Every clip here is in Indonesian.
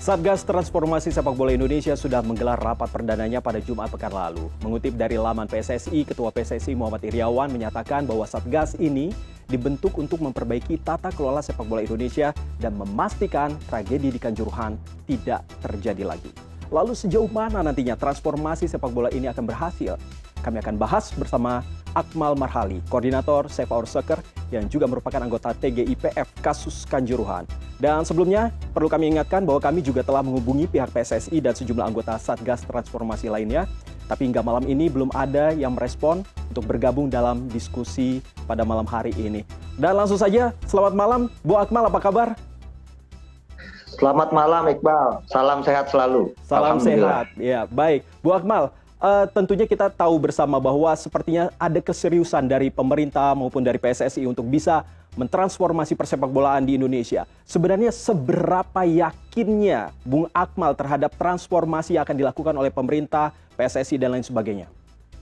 Satgas Transformasi Sepak Bola Indonesia sudah menggelar rapat perdananya pada Jumat pekan lalu. Mengutip dari laman PSSI, Ketua PSSI Muhammad Iryawan menyatakan bahwa Satgas ini dibentuk untuk memperbaiki tata kelola sepak bola Indonesia dan memastikan tragedi di Kanjuruhan tidak terjadi lagi. Lalu sejauh mana nantinya transformasi sepak bola ini akan berhasil? Kami akan bahas bersama Akmal Marhali, Koordinator Save Our Soccer yang juga merupakan anggota TGIPF kasus Kanjuruhan. Dan sebelumnya, perlu kami ingatkan bahwa kami juga telah menghubungi pihak PSSI dan sejumlah anggota Satgas Transformasi lainnya. Tapi hingga malam ini belum ada yang merespon untuk bergabung dalam diskusi pada malam hari ini. Dan langsung saja, selamat malam Bu Akmal, apa kabar? Selamat malam Iqbal, salam sehat selalu. Salam sehat, ya baik. Bu Akmal, tentunya kita tahu bersama bahwa sepertinya ada keseriusan dari pemerintah maupun dari PSSI untuk bisa mentransformasi persepak bolaan di Indonesia. Sebenarnya seberapa yakinnya Bung Akmal terhadap transformasi yang akan dilakukan oleh pemerintah, PSSI dan lain sebagainya?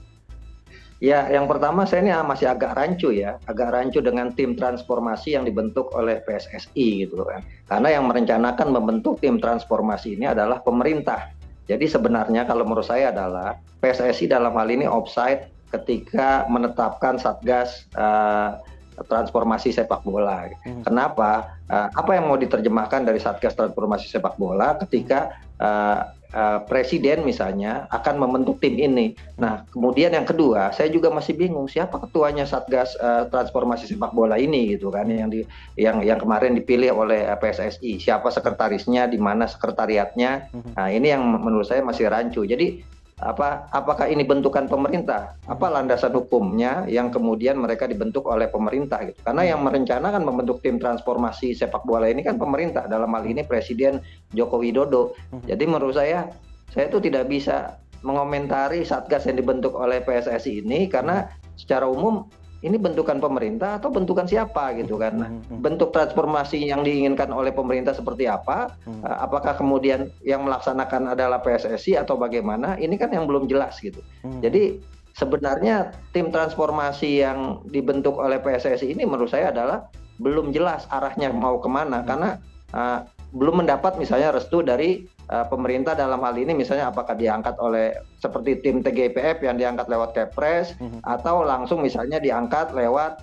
Ya, yang pertama saya ini masih agak rancu dengan tim transformasi yang dibentuk oleh PSSI gitu kan. Karena yang merencanakan membentuk tim transformasi ini adalah pemerintah. Jadi sebenarnya kalau menurut saya adalah PSSI dalam hal ini offside ketika menetapkan Satgas transformasi sepak bola. Kenapa? Apa yang mau diterjemahkan dari Satgas transformasi sepak bola ketika presiden misalnya akan membentuk tim ini. Nah, kemudian yang kedua, saya juga masih bingung siapa ketuanya Satgas transformasi sepak bola ini gitu kan yang kemarin dipilih oleh PSSI. Siapa sekretarisnya, di mana sekretariatnya. Nah, ini yang menurut saya masih rancu. Jadi apakah ini bentukan pemerintah? Apa landasan hukumnya yang kemudian mereka dibentuk oleh pemerintah gitu? Karena yang merencanakan membentuk tim transformasi sepak bola ini kan pemerintah, dalam hal ini Presiden Joko Widodo. Jadi menurut saya itu tidak bisa mengomentari Satgas yang dibentuk oleh PSSI ini karena secara umum ini bentukan pemerintah atau bentukan siapa gitu kan. Nah, bentuk transformasi yang diinginkan oleh pemerintah seperti apa? Apakah kemudian yang melaksanakan adalah PSSI atau bagaimana? Ini kan yang belum jelas gitu. Jadi sebenarnya tim transformasi yang dibentuk oleh PSSI ini menurut saya adalah belum jelas arahnya mau kemana karena belum mendapat misalnya restu dari pemerintah dalam hal ini, misalnya apakah diangkat oleh seperti tim TGIPF yang diangkat lewat Kepres atau langsung misalnya diangkat lewat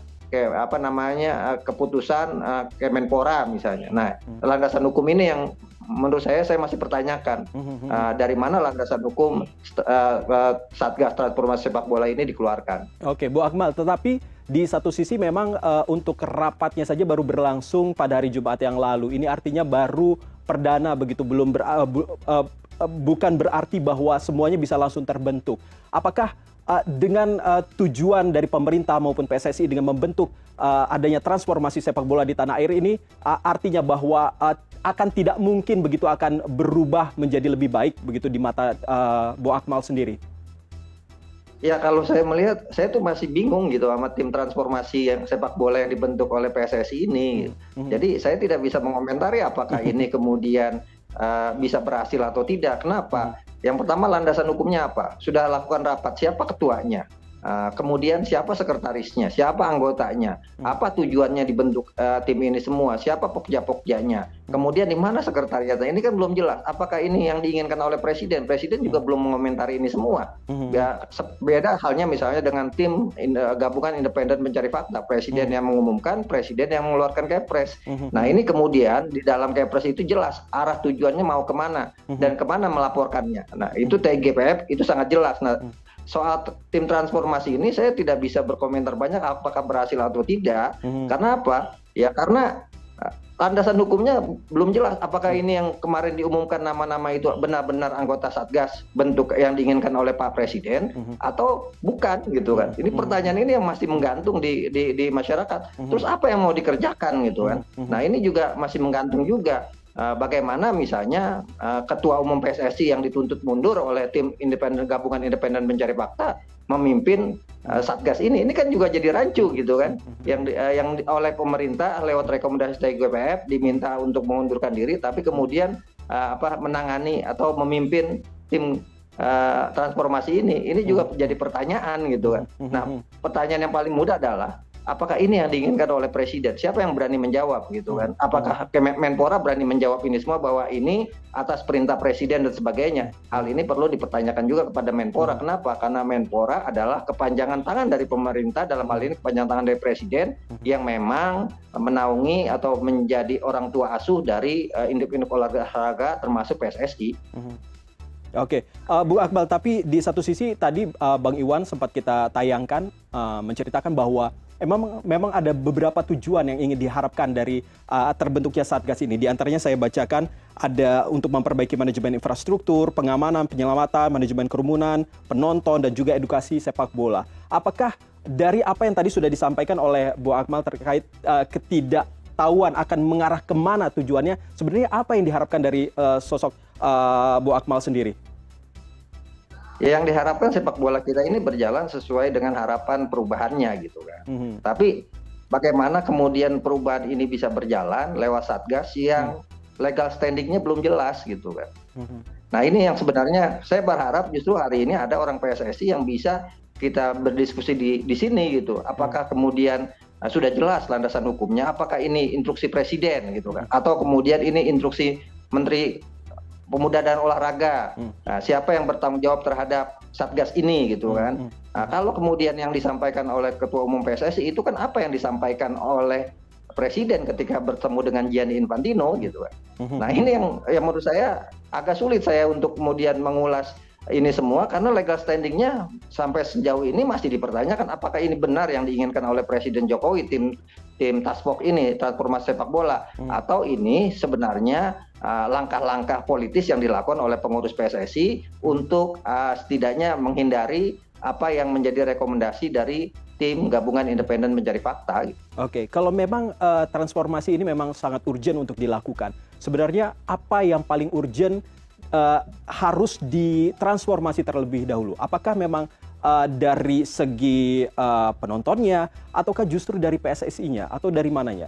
keputusan Kemenpora misalnya. Nah, landasan hukum ini yang menurut saya masih pertanyakan dari mana landasan hukum Satgas Transformasi Sepak Bola ini dikeluarkan. Oke, Bu Akmal, tetapi di satu sisi memang untuk rapatnya saja baru berlangsung pada hari Jumat yang lalu. Ini artinya baru perdana begitu, bukan berarti bahwa semuanya bisa langsung terbentuk. Apakah dengan tujuan dari pemerintah maupun PSSI dengan membentuk adanya transformasi sepak bola di tanah air ini artinya bahwa akan tidak mungkin begitu akan berubah menjadi lebih baik begitu di mata Bu Akmal sendiri? Ya, kalau saya melihat, saya tuh masih bingung gitu sama tim transformasi yang sepak bola yang dibentuk oleh PSSI ini. Jadi saya tidak bisa mengomentari apakah ini kemudian bisa berhasil atau tidak. Kenapa? Yang pertama, landasan hukumnya apa? Sudah lakukan rapat, siapa ketuanya? Kemudian siapa sekretarisnya, siapa anggotanya, apa tujuannya dibentuk tim ini semua, siapa pokja-pokjanya, kemudian di mana sekretariatnya, ini kan belum jelas. Apakah ini yang diinginkan oleh Presiden? Presiden juga belum mengomentari ini semua. Ya, beda halnya misalnya dengan tim gabungan independen mencari fakta, Presiden yang mengumumkan, Presiden yang mengeluarkan Kepres. Nah, ini kemudian di dalam Kepres itu jelas arah tujuannya mau kemana dan kemana melaporkannya. Nah, itu TGIPF itu sangat jelas. Nah, soal tim transformasi ini saya tidak bisa berkomentar banyak apakah berhasil atau tidak. Karena apa? Ya karena landasan hukumnya belum jelas. Apakah ini yang kemarin diumumkan nama-nama itu benar-benar anggota Satgas bentuk yang diinginkan oleh Pak Presiden atau bukan gitu kan. Ini pertanyaan ini yang masih menggantung di masyarakat. Terus apa yang mau dikerjakan gitu kan. Nah, ini juga masih menggantung juga. Bagaimana misalnya Ketua Umum PSSI yang dituntut mundur oleh tim gabungan independen mencari fakta memimpin Satgas ini kan juga jadi rancu gitu kan, yang oleh pemerintah lewat rekomendasi TGIPF diminta untuk mengundurkan diri, tapi kemudian menangani atau memimpin tim transformasi ini juga jadi pertanyaan gitu kan. Nah, pertanyaan yang paling mudah adalah apakah ini yang diinginkan oleh Presiden? Siapa yang berani menjawab gitu kan? Apakah Menpora berani menjawab ini semua bahwa ini atas perintah Presiden dan sebagainya? Hal ini perlu dipertanyakan juga kepada Menpora. Kenapa? Karena Menpora adalah kepanjangan tangan dari pemerintah, dalam hal ini kepanjangan tangan dari Presiden yang memang menaungi atau menjadi orang tua asuh dari induk-induk olahraga termasuk PSSI. Oke, Bu Akmal, tapi di satu sisi tadi Bang Iwan sempat kita tayangkan menceritakan bahwa memang ada beberapa tujuan yang ingin diharapkan dari terbentuknya Satgas ini. Di antaranya saya bacakan ada untuk memperbaiki manajemen infrastruktur, pengamanan, penyelamatan, manajemen kerumunan, penonton, dan juga edukasi sepak bola. Apakah dari apa yang tadi sudah disampaikan oleh Bu Akmal terkait ketidaktahuan akan mengarah kemana tujuannya, sebenarnya apa yang diharapkan dari sosok Bu Akmal sendiri? Ya, yang diharapkan sepak bola kita ini berjalan sesuai dengan harapan perubahannya gitu kan. Tapi bagaimana kemudian perubahan ini bisa berjalan lewat Satgas yang legal standingnya belum jelas gitu kan. Nah ini yang sebenarnya saya berharap justru hari ini ada orang PSSI yang bisa kita berdiskusi di sini gitu. Apakah kemudian sudah jelas landasan hukumnya, apakah ini instruksi Presiden gitu kan, atau kemudian ini instruksi Menteri Pemuda dan Olahraga. Nah, siapa yang bertanggung jawab terhadap Satgas ini gitu kan. Nah, kalau kemudian yang disampaikan oleh Ketua Umum PSSI itu kan apa yang disampaikan oleh Presiden ketika bertemu dengan Gianni Infantino gitu kan. Nah ini yang menurut saya agak sulit saya untuk kemudian mengulas ini semua karena legal standingnya sampai sejauh ini masih dipertanyakan apakah ini benar yang diinginkan oleh Presiden Jokowi tim Task Force ini transformasi sepak bola atau ini sebenarnya langkah-langkah politis yang dilakukan oleh pengurus PSSI untuk setidaknya menghindari apa yang menjadi rekomendasi dari tim gabungan independen mencari fakta. Oke, kalau memang transformasi ini memang sangat urgent untuk dilakukan, sebenarnya apa yang paling urgent harus ditransformasi terlebih dahulu? Apakah memang dari segi penontonnya, ataukah justru dari PSSI-nya, atau dari mananya?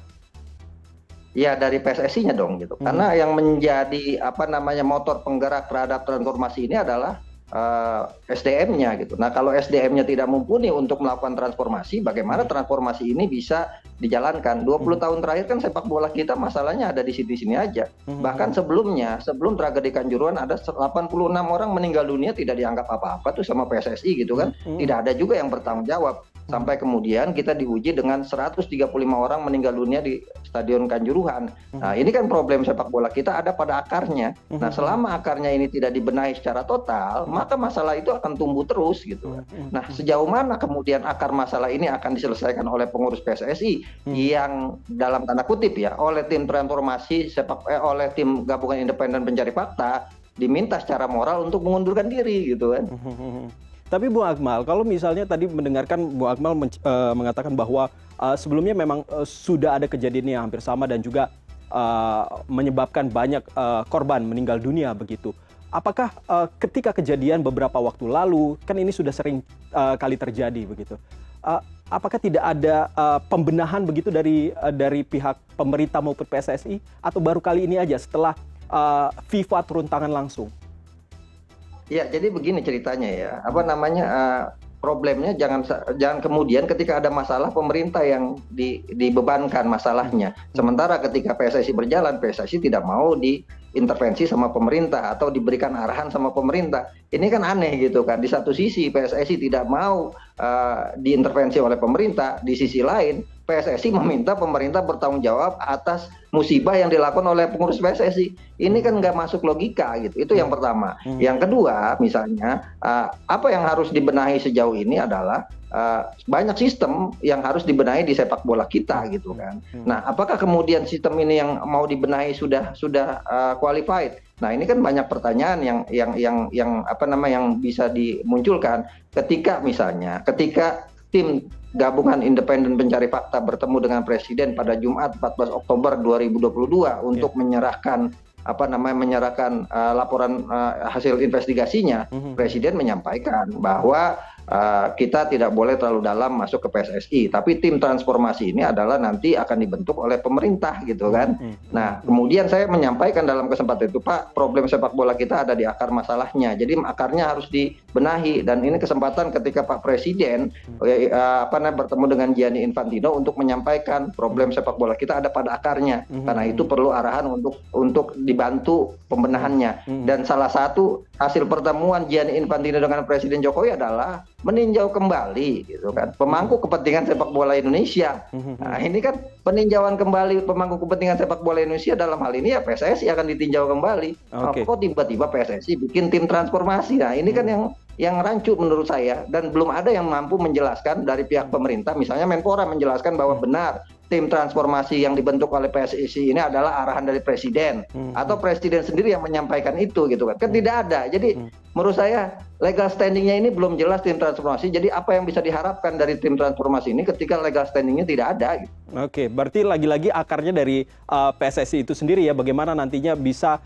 Ya dari PSSI-nya dong gitu. Karena yang menjadi motor penggerak terhadap transformasi ini adalah SDM-nya gitu. Nah kalau SDM-nya tidak mumpuni untuk melakukan transformasi, bagaimana transformasi ini bisa dijalankan? 20 tahun terakhir kan sepak bola kita masalahnya ada di sini-sini aja. Bahkan sebelumnya, sebelum tragedi Kanjuruhan ada 86 orang meninggal dunia tidak dianggap apa-apa tuh sama PSSI gitu kan. Tidak ada juga yang bertanggung jawab. Sampai kemudian kita diuji dengan 135 orang meninggal dunia di Stadion Kanjuruhan. Nah ini kan problem sepak bola kita ada pada akarnya. Nah selama akarnya ini tidak dibenahi secara total, maka masalah itu akan tumbuh terus gitu. Nah sejauh mana kemudian akar masalah ini akan diselesaikan oleh pengurus PSSI yang dalam tanda kutip ya oleh tim transformasi oleh tim gabungan independen pencari fakta diminta secara moral untuk mengundurkan diri gitu kan. Tapi Bu Akmal, kalau misalnya tadi mendengarkan Bu Akmal mengatakan bahwa sebelumnya memang sudah ada kejadian yang hampir sama dan juga menyebabkan banyak korban meninggal dunia begitu. Apakah ketika kejadian beberapa waktu lalu, kan ini sudah sering kali terjadi begitu, apakah tidak ada pembenahan begitu dari pihak pemerintah maupun PSSI, atau baru kali ini aja setelah FIFA turun tangan langsung? Ya, jadi begini ceritanya ya. Problemnya jangan kemudian ketika ada masalah pemerintah yang dibebankan masalahnya. Sementara ketika PSSI berjalan, PSSI tidak mau diintervensi sama pemerintah atau diberikan arahan sama pemerintah. Ini kan aneh gitu kan. Di satu sisi PSSI tidak mau diintervensi oleh pemerintah, di sisi lain PSSI meminta pemerintah bertanggung jawab atas musibah yang dilakukan oleh pengurus PSSI. Ini kan nggak masuk logika gitu. Itu yang pertama. Yang kedua, misalnya apa yang harus dibenahi sejauh ini adalah banyak sistem yang harus dibenahi di sepak bola kita gitu kan. Nah, apakah kemudian sistem ini yang mau dibenahi sudah qualified? Nah, ini kan banyak pertanyaan yang bisa dimunculkan ketika tim gabungan independen pencari fakta bertemu dengan Presiden pada Jumat 14 Oktober 2022 untuk menyerahkan laporan hasil investigasinya. Presiden menyampaikan bahwa kita tidak boleh terlalu dalam masuk ke PSSI. Tapi tim transformasi ini adalah nanti akan dibentuk oleh pemerintah gitu kan. Nah, kemudian saya menyampaikan dalam kesempatan itu, Pak, problem sepak bola kita ada di akar masalahnya. Jadi akarnya harus dibenahi, dan ini kesempatan ketika Pak Presiden bertemu dengan Gianni Infantino untuk menyampaikan problem sepak bola kita ada pada akarnya. Karena itu perlu arahan untuk dibantu pembenahannya. Dan salah satu hasil pertemuan Gianni Infantino dengan Presiden Jokowi adalah meninjau kembali gitu kan pemangku kepentingan sepak bola Indonesia. Nah, ini kan peninjauan kembali pemangku kepentingan sepak bola Indonesia, dalam hal ini ya PSSI akan ditinjau kembali. Kok tiba-tiba PSSI bikin tim transformasi? Nah, ini kan yang rancu menurut saya, dan belum ada yang mampu menjelaskan dari pihak pemerintah, misalnya Menpora menjelaskan bahwa benar tim transformasi yang dibentuk oleh PSSI ini adalah arahan dari presiden, atau presiden sendiri yang menyampaikan itu gitu kan. Kan tidak ada. Jadi menurut saya legal standingnya ini belum jelas tim transformasi. Jadi apa yang bisa diharapkan dari tim transformasi ini ketika legal standingnya tidak ada gitu. Oke, berarti lagi-lagi akarnya dari PSSI itu sendiri ya, bagaimana nantinya bisa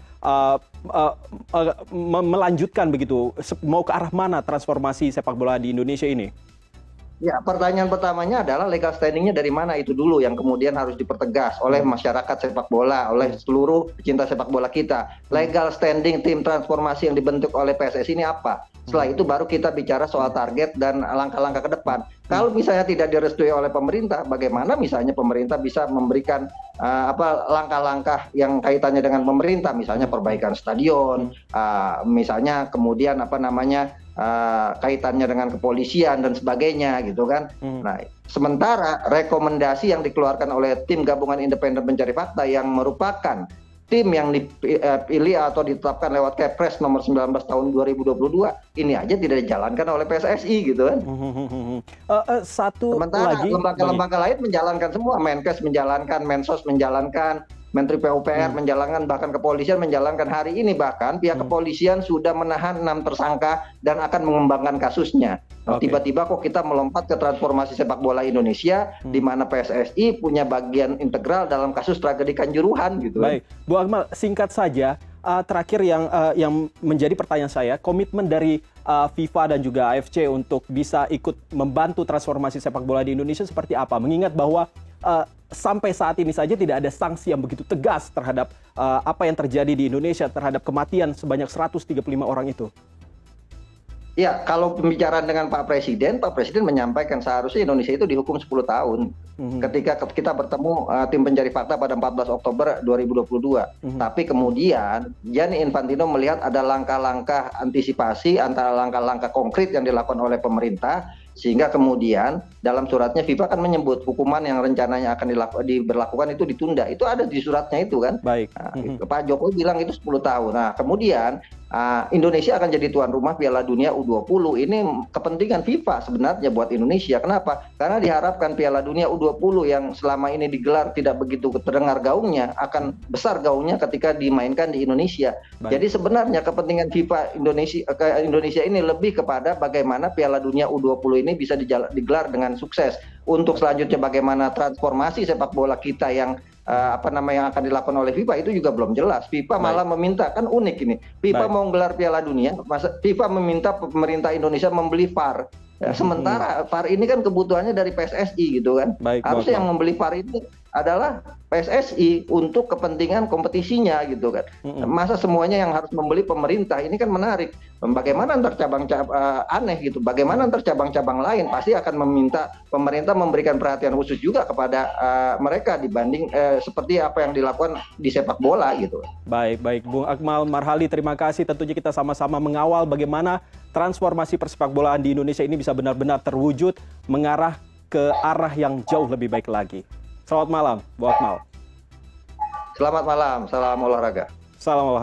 melanjutkan begitu, mau ke arah mana transformasi sepak bola di Indonesia ini? Ya, pertanyaan pertamanya adalah legal standingnya dari mana, itu dulu yang kemudian harus dipertegas oleh masyarakat sepak bola, oleh seluruh pecinta sepak bola kita. Legal standing tim transformasi yang dibentuk oleh PSSI ini apa? Setelah itu baru kita bicara soal target dan langkah-langkah ke depan. Kalau misalnya tidak direstui oleh pemerintah, bagaimana misalnya pemerintah bisa memberikan langkah-langkah yang kaitannya dengan pemerintah, misalnya perbaikan stadion, misalnya kemudian kaitannya dengan kepolisian dan sebagainya gitu kan. Nah, sementara rekomendasi yang dikeluarkan oleh tim gabungan independen pencari fakta yang merupakan tim yang dipilih atau ditetapkan lewat Kepres nomor 19 tahun 2022 ini aja tidak dijalankan oleh PSSI gitu kan. Sementara lembaga-lembaga lain menjalankan semua, Menkes menjalankan, Mensos menjalankan, Menteri PUPR menjalankan, bahkan kepolisian menjalankan. Hari ini bahkan pihak kepolisian sudah menahan 6 tersangka dan akan mengembangkan kasusnya. Tiba-tiba kok kita melompat ke transformasi sepak bola Indonesia, di mana PSSI punya bagian integral dalam kasus tragedi Kanjuruhan gitu. Baik, Bu Akmal, singkat saja, terakhir yang menjadi pertanyaan saya, komitmen dari FIFA dan juga AFC untuk bisa ikut membantu transformasi sepak bola di Indonesia seperti apa? Mengingat bahwa sampai saat ini saja tidak ada sanksi yang begitu tegas terhadap apa yang terjadi di Indonesia terhadap kematian sebanyak 135 orang itu. Ya, kalau pembicaraan dengan Pak Presiden menyampaikan seharusnya Indonesia itu dihukum 10 tahun. Ketika kita bertemu tim pencari fakta pada 14 Oktober 2022. Tapi kemudian Gianni Infantino melihat ada langkah-langkah antisipasi antara langkah-langkah konkret yang dilakukan oleh pemerintah, sehingga kemudian dalam suratnya FIFA akan menyebut hukuman yang rencananya akan diberlakukan itu ditunda. Itu ada di suratnya itu kan. Baik. Pak Jokowi bilang itu 10 tahun. Nah, kemudian Indonesia akan jadi tuan rumah Piala Dunia U20. Ini kepentingan FIFA sebenarnya buat Indonesia. Kenapa? Karena diharapkan Piala Dunia U20 yang selama ini digelar tidak begitu terdengar gaungnya, akan besar gaungnya ketika dimainkan di Indonesia. Baik. Jadi sebenarnya kepentingan FIFA Indonesia ini lebih kepada bagaimana Piala Dunia U20 ini bisa digelar dengan sukses. Untuk selanjutnya bagaimana transformasi sepak bola kita yang yang akan dilakukan oleh FIFA itu juga belum jelas. FIFA malah meminta, kan unik ini. FIFA mau gelar Piala Dunia, FIFA meminta pemerintah Indonesia membeli VAR. Ya, sementara VAR ini kan kebutuhannya dari PSSI gitu kan. Harusnya yang membeli VAR ini adalah PSSI untuk kepentingan kompetisinya gitu kan. Masa semuanya yang harus membeli pemerintah, ini kan menarik. Bagaimana antar cabang-cabang aneh gitu. Bagaimana antar cabang-cabang lain pasti akan meminta pemerintah memberikan perhatian khusus juga kepada mereka dibanding seperti apa yang dilakukan di sepak bola gitu. Baik, Bung Akmal Marhali, terima kasih. Tentunya kita sama-sama mengawal bagaimana transformasi persepak bolaan di Indonesia ini bisa benar-benar terwujud mengarah ke arah yang jauh lebih baik lagi. Selamat malam, Bu Akmal. Selamat malam, salam olahraga. Salam olahraga.